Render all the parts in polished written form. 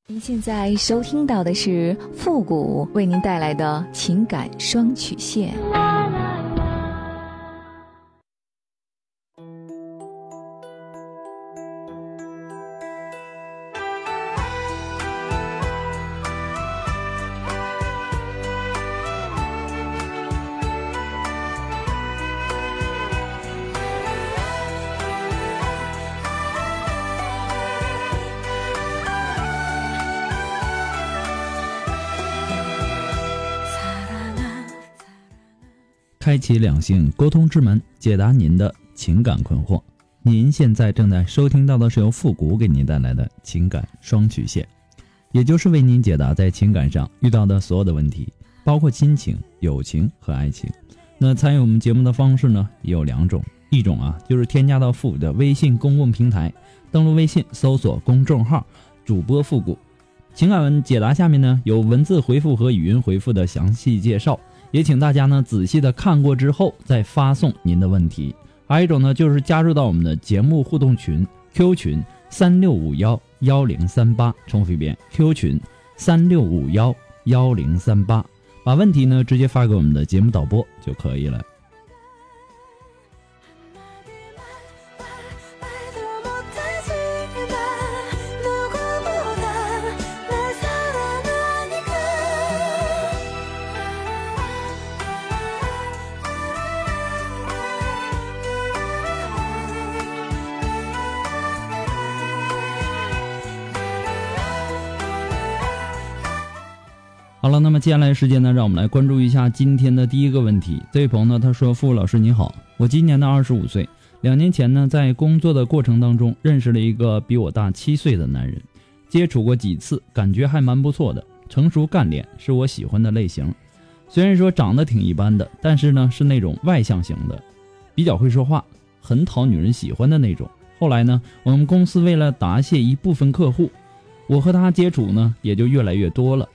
您现在收听到的是复古为您带来的情感双曲线。 开启两性沟通之门，解答您的情感困惑。您现在正在收听到的是由复古给您带来的情感双曲线，也就是为您解答在情感上遇到的所有的问题，包括亲情、友情和爱情。那参与我们节目的方式呢，也有两种，一种就是添加到复古的微信公共平台，登录微信搜索公众号主播复古，情感文解答下面呢有文字回复和语音回复的详细介绍，也请大家呢仔细的看过之后再发送您的问题。还有一种呢，就是加入到我们的节目互动群 Q 群36511038，重复一遍 Q 群36511038，把问题呢直接发给我们的节目导播就可以了。好了，那么接下来时间呢，让我们来关注一下今天的第一个问题。这位朋友呢，他说：傅老师你好，我今年的25岁，2年前呢，在工作的过程当中认识了一个比我大7岁的男人，接触过几次，感觉还蛮不错的，成熟干练，是我喜欢的类型。虽然说长得挺一般的，但是呢，是那种外向型的，比较会说话，很讨女人喜欢的那种。后来呢，我们公司为了答谢一部分客户，我和他接触呢，也就越来越多了。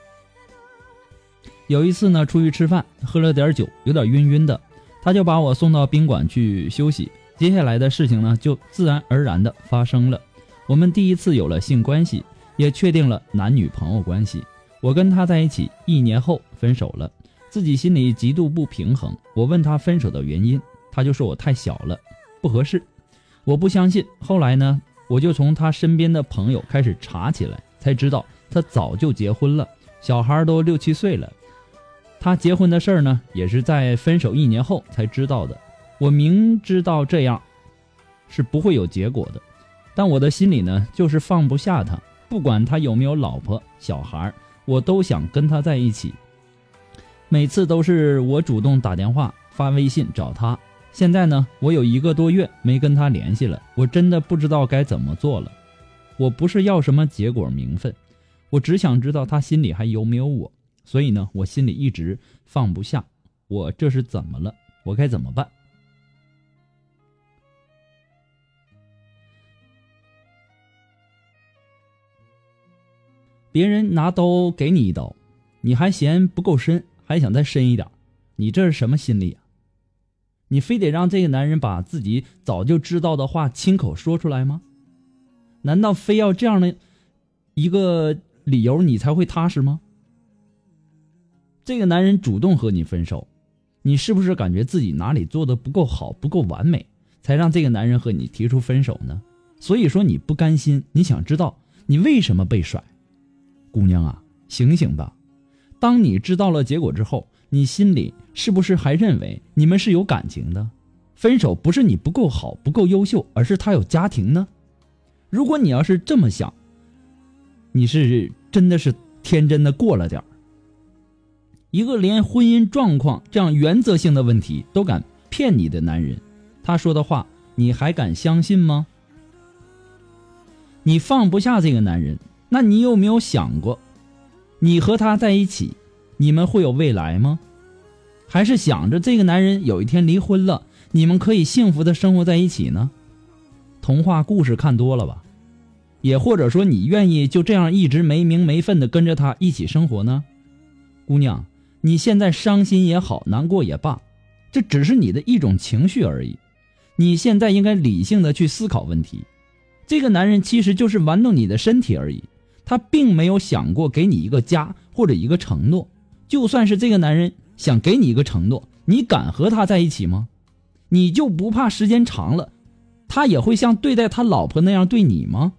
有一次呢，出去吃饭，喝了点酒，有点晕晕的，他就把我送到宾馆去休息。接下来的事情呢，就自然而然的发生了。我们第一次有了性关系，也确定了男女朋友关系。我跟他在一起1年后分手了，自己心里极度不平衡。我问他分手的原因，他就说我太小了，不合适。我不相信。后来呢，我就从他身边的朋友开始查起来，才知道他早就结婚了，小孩都6、7岁了。他结婚的事儿呢，也是在分手1年后才知道的。我明知道这样是不会有结果的，但我的心里呢，就是放不下他。不管他有没有老婆小孩，我都想跟他在一起。每次都是我主动打电话发微信找他。现在呢，我有1个多月没跟他联系了，我真的不知道该怎么做了。我不是要什么结果名分，我只想知道他心里还有没有我。所以呢，我心里一直放不下，我这是怎么了？我该怎么办？别人拿刀给你一刀，你还嫌不够深，还想再深一点，你这是什么心理啊？你非得让这个男人把自己早就知道的话亲口说出来吗？难道非要这样的一个理由你才会踏实吗？这个男人主动和你分手，你是不是感觉自己哪里做的不够好，不够完美，才让这个男人和你提出分手呢？所以说你不甘心，你想知道你为什么被甩。姑娘啊，醒醒吧。当你知道了结果之后，你心里是不是还认为你们是有感情的？分手不是你不够好，不够优秀，而是他有家庭呢？如果你要是这么想，你是真的是天真的过了点。一个连婚姻状况这样原则性的问题都敢骗你的男人，他说的话你还敢相信吗？你放不下这个男人，那你有没有想过，你和他在一起，你们会有未来吗？还是想着这个男人有一天离婚了，你们可以幸福的生活在一起呢？童话故事看多了吧？也或者说你愿意就这样一直没名没分的跟着他一起生活呢？姑娘，你现在伤心也好，难过也罢，这只是你的一种情绪而已。你现在应该理性的去思考问题。这个男人其实就是玩弄你的身体而已， 他并没有想过给你一个家或者一个承诺。就算是这个男人想给你一个承诺，你敢和他在一起吗？你就不怕时间长了，他也会像对待他老婆那样对你吗？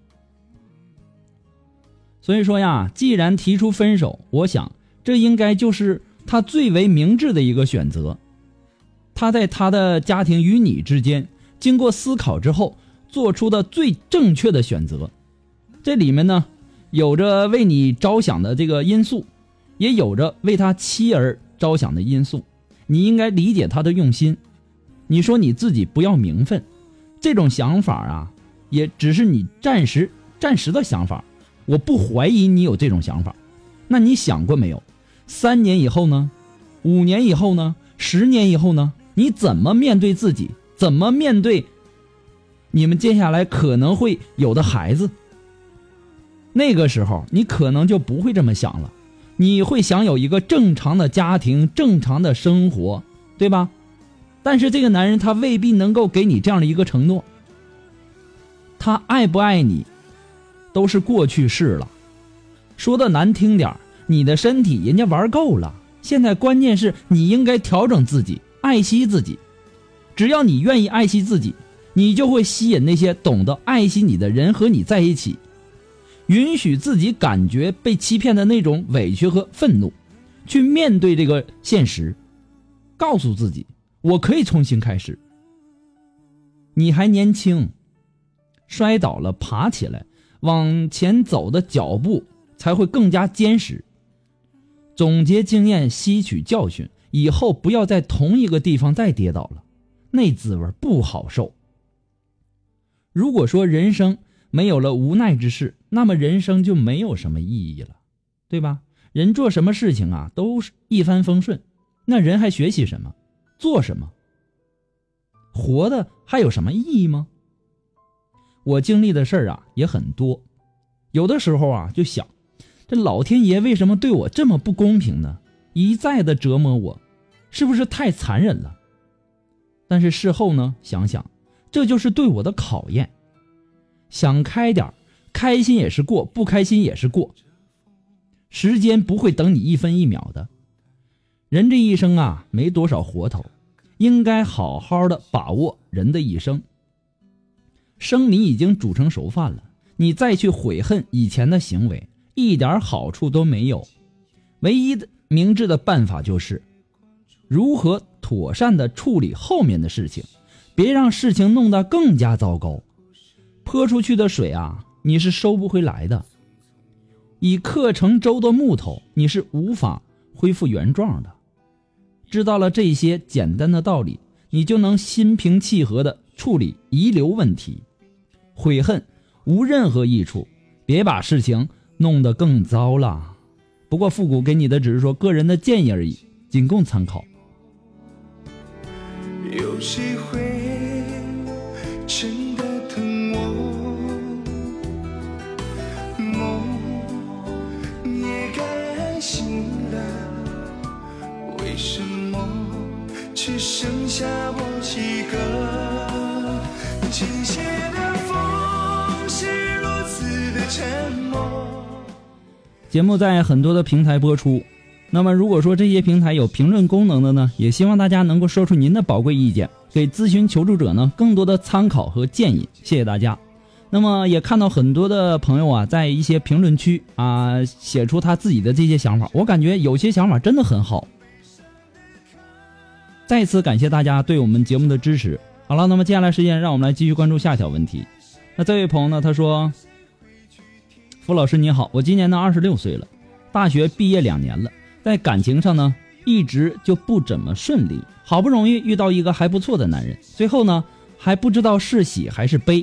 所以说呀，既然提出分手，我想这应该就是他最为明智的一个选择。他在他的家庭与你之间经过思考之后做出的最正确的选择。这里面呢，有着为你着想的这个因素，也有着为他妻儿着想的因素。你应该理解他的用心。你说你自己不要名分，这种想法啊，也只是你暂时的想法。我不怀疑你有这种想法。那你想过没有，3年以后呢？5年以后呢？10年以后呢？你怎么面对自己？怎么面对你们接下来可能会有的孩子？那个时候你可能就不会这么想了，你会想有一个正常的家庭，正常的生活，对吧？但是这个男人他未必能够给你这样的一个承诺。他爱不爱你都是过去式了。说的难听点，你的身体人家玩够了，现在关键是你应该调整自己，爱惜自己。只要你愿意爱惜自己，你就会吸引那些懂得爱惜你的人和你在一起。允许自己感觉被欺骗的那种委屈和愤怒，去面对这个现实，告诉自己我可以重新开始。你还年轻，摔倒了爬起来，往前走的脚步才会更加坚实。总结经验，吸取教训，以后不要在同一个地方再跌倒了，那滋味不好受。如果说人生没有了无奈之事，那么人生就没有什么意义了，对吧？人做什么事情啊都是一帆风顺，那人还学习什么？做什么？活的还有什么意义吗？我经历的事儿啊也很多，有的时候啊就想，这老天爷为什么对我这么不公平呢？一再的折磨我，是不是太残忍了？但是事后呢想想，这就是对我的考验。想开点，开心也是过，不开心也是过。时间不会等你1分1秒的。人这一生啊没多少活头，应该好好的把握人的一生。生米已经煮成熟饭了，你再去悔恨以前的行为，一点好处都没有。唯一的明智的办法就是如何妥善的处理后面的事情，别让事情弄得更加糟糕。泼出去的水啊，你是收不回来的。已刻成舟的木头，你是无法恢复原状的。知道了这些简单的道理，你就能心平气和地处理遗留问题。悔恨无任何益处，别把事情弄得更糟了。不过复古给你的只是说个人的建议而已，仅供参考。 有谁会真的疼我？梦也该醒了，为什么只剩下我几个？今夜的风是如此的沉默。 节目在很多的平台播出，那么如果说这些平台有评论功能的呢，也希望大家能够说出您的宝贵意见，给咨询求助者呢更多的参考和建议。谢谢大家。那么也看到很多的朋友啊，在一些评论区啊写出他自己的这些想法，我感觉有些想法真的很好。再次感谢大家对我们节目的支持。好了，那么接下来时间让我们来继续关注下条问题。那这位朋友呢，他说：傅老师你好，我今年呢26岁了，大学毕业2年了，在感情上呢一直就不怎么顺利，好不容易遇到一个还不错的男人，最后呢还不知道是喜还是悲。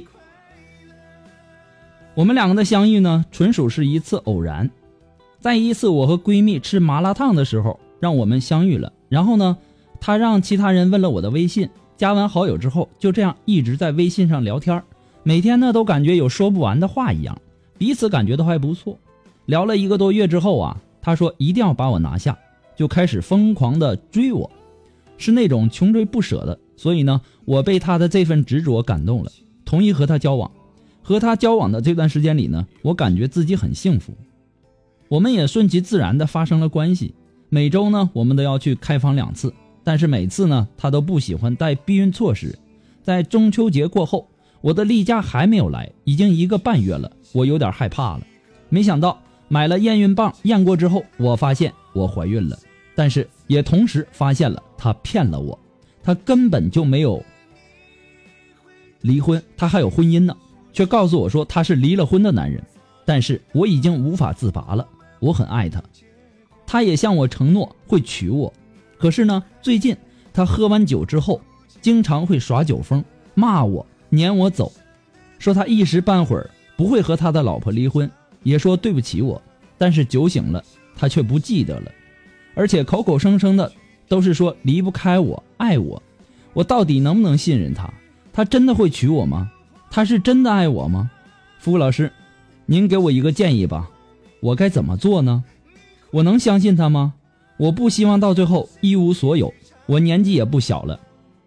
我们两个的相遇呢纯属是一次偶然，在一次我和闺蜜吃麻辣烫的时候让我们相遇了，然后呢她让其他人问了我的微信，加完好友之后就这样一直在微信上聊天，每天呢都感觉有说不完的话一样，彼此感觉都还不错。聊了1个多月之后啊，她说一定要把我拿下，就开始疯狂的追我，是那种穷追不舍的。所以呢我被她的这份执着感动了，同意和她交往。 和他交往的这段时间里呢，我感觉自己很幸福。我们也顺其自然的发生了关系，每周呢我们都要去开房2次，但是每次呢他都不喜欢带避孕措施。在中秋节过后，我的例假还没有来，已经1个半月了，我有点害怕了。没想到买了验孕棒验过之后，我发现我怀孕了，但是也同时发现了他骗了我，他根本就没有离婚，他还有婚姻呢，却告诉我说他是离了婚的男人。但是我已经无法自拔了，我很爱他，他也向我承诺会娶我。可是呢，最近他喝完酒之后经常会耍酒疯，骂我，撵我走，说他一时半会儿不会和他的老婆离婚，也说对不起我，但是酒醒了他却不记得了，而且口口声声的都是说离不开我，爱我。我到底能不能信任他？他真的会娶我吗？他是真的爱我吗？服务老师，您给我一个建议吧，我该怎么做呢？我能相信他吗？我不希望到最后一无所有，我年纪也不小了。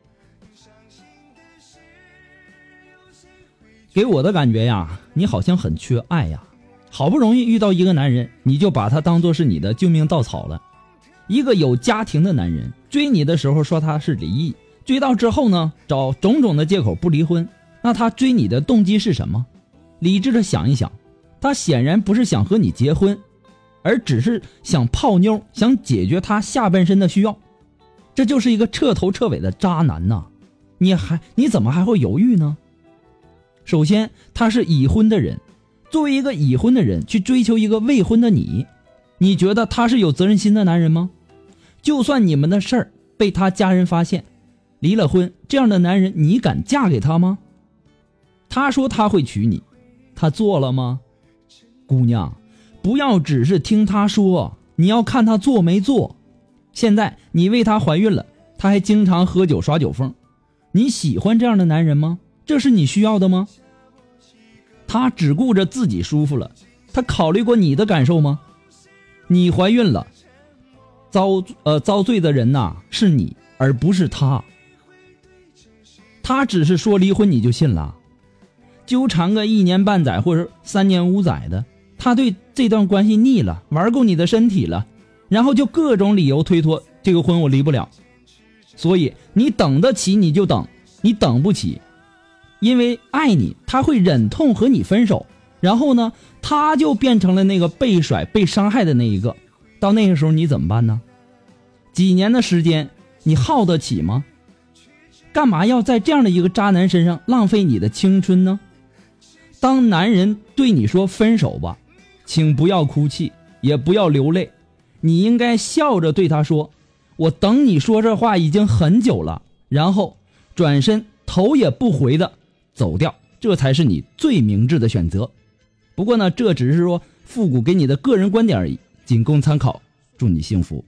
给我的感觉呀，你好像很缺爱呀，好不容易遇到一个男人，你就把他当作是你的救命稻草了。一个有家庭的男人追你的时候说他是离异，追到之后呢，找种种的借口不离婚，那他追你的动机是什么？理智的想一想，他显然不是想和你结婚，而只是想泡妞，想解决他下半身的需要。这就是一个彻头彻尾的渣男呐！你怎么还会犹豫呢？首先，他是已婚的人，作为一个已婚的人去追求一个未婚的你，你觉得他是有责任心的男人吗？就算你们的事儿被他家人发现，离了婚，这样的男人你敢嫁给他吗？他说他会娶你，他做了吗？姑娘，不要只是听他说，你要看他做没做。现在你为他怀孕了，他还经常喝酒耍酒疯，你喜欢这样的男人吗？这是你需要的吗？他只顾着自己舒服了，他考虑过你的感受吗？你怀孕了，遭罪的人呐，是你而不是他。他只是说离婚你就信了，纠缠个1年半载或者3年5载的，他对这段关系腻了，玩够你的身体了，然后就各种理由推脱，这个婚我离不了。所以你等得起你就等，你等不起，因为爱你，他会忍痛和你分手，然后呢，他就变成了那个被甩被伤害的那一个。到那个时候你怎么办呢？几年的时间你耗得起吗？干嘛要在这样的一个渣男身上浪费你的青春呢？当男人对你说分手吧，请不要哭泣，也不要流泪，你应该笑着对他说，我等你说这话已经很久了，然后转身头也不回的走掉，这才是你最明智的选择。不过呢，这只是说复古给你的个人观点而已，仅供参考，祝你幸福。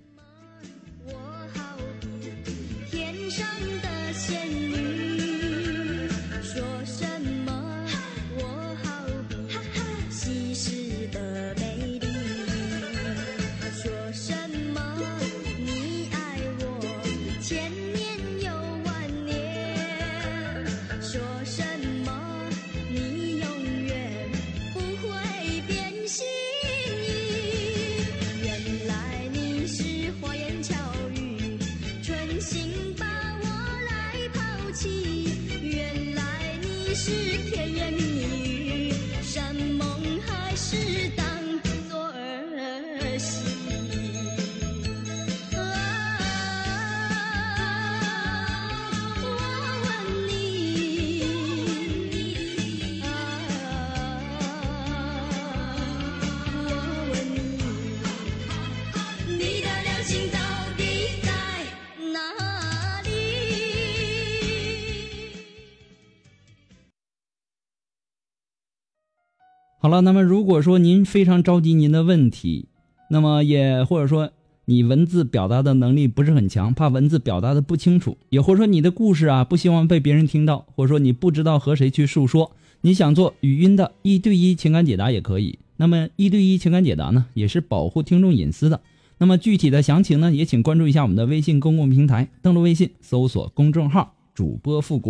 好了，那么如果说您非常着急您的问题，那么也或者说你文字表达的能力不是很强，怕文字表达的不清楚，也或者说你的故事啊不希望被别人听到，或者说你不知道和谁去诉说，你想做语音的1对1情感解答也可以。那么1对1情感解答呢，也是保护听众隐私的。那么具体的详情呢，也请关注一下我们的微信公共平台，登录微信搜索公众号主播复古。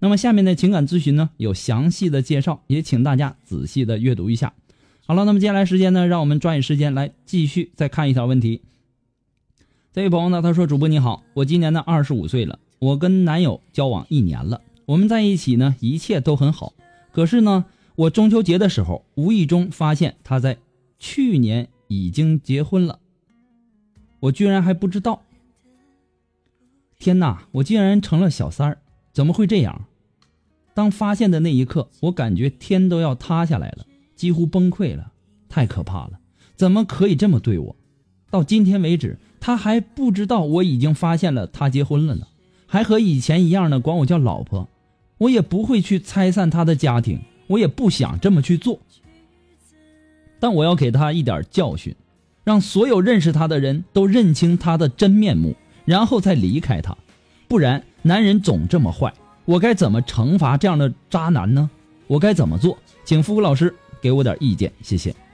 那么下面的情感咨询呢有详细的介绍，也请大家仔细的阅读一下。好了，那么接下来时间呢，让我们抓紧时间来继续再看一条问题。这位朋友呢，他说：主播你好，我今年呢25岁了，我跟男友交往1年了，我们在一起呢一切都很好，可是呢我中秋节的时候无意中发现他在去年已经结婚了，我居然还不知道。天哪，我竟然成了小三儿，怎么会这样？当发现的那一刻，我感觉天都要塌下来了，几乎崩溃了，太可怕了，怎么可以这么对我？到今天为止，他还不知道我已经发现了他结婚了呢，还和以前一样的管我叫老婆。我也不会去拆散他的家庭，我也不想这么去做，但我要给他一点教训，让所有认识他的人都认清他的真面目，然后再离开他。不然男人总这么坏，我该怎么惩罚这样的渣男呢？我该怎么做？请付老师给我点意见，谢谢。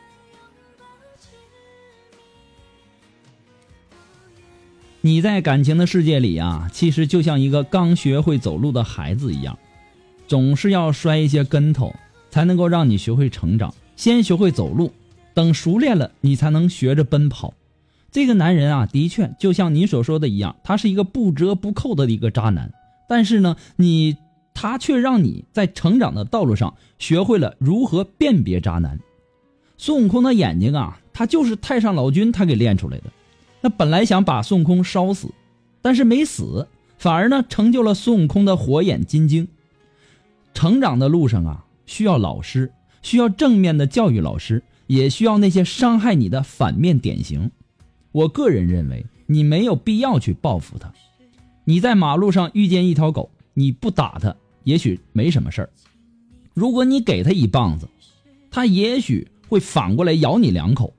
你在感情的世界里啊，其实就像一个刚学会走路的孩子一样，总是要摔一些跟头，才能够让你学会成长。先学会走路，等熟练了，你才能学着奔跑。这个男人啊，的确就像你所说的一样，他是一个不折不扣的一个渣男。但是呢，他却让你在成长的道路上学会了如何辨别渣男。孙悟空的眼睛啊，他就是太上老君他给练出来的。那本来想把孙悟空烧死，但是没死，反而呢成就了孙悟空的火眼金睛。成长的路上啊，需要老师，需要正面的教育老师，也需要那些伤害你的反面典型。我个人认为，你没有必要去报复他。你在马路上遇见一条狗，你不打它，也许没什么事儿。如果你给它一棒子，它也许会反过来咬你2口。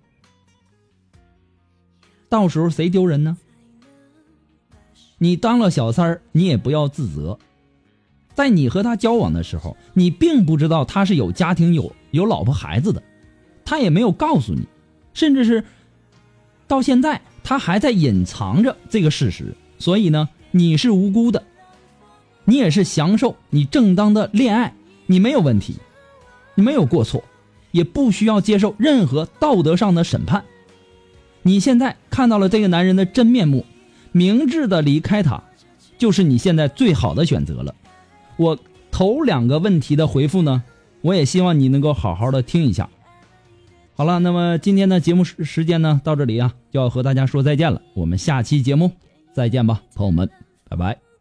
到时候谁丢人呢？你当了小三儿，你也不要自责。在你和他交往的时候，你并不知道他是有家庭有老婆孩子的，他也没有告诉你，甚至是到现在他还在隐藏着这个事实。所以呢，你是无辜的，你也是享受你正当的恋爱，你没有问题，你没有过错，也不需要接受任何道德上的审判。你现在看到了这个男人的真面目，明智的离开他，就是你现在最好的选择了。我头2个问题的回复呢，我也希望你能够好好的听一下。好了，那么今天的节目时间呢，到这里啊，就要和大家说再见了。我们下期节目再见吧，朋友们，拜拜。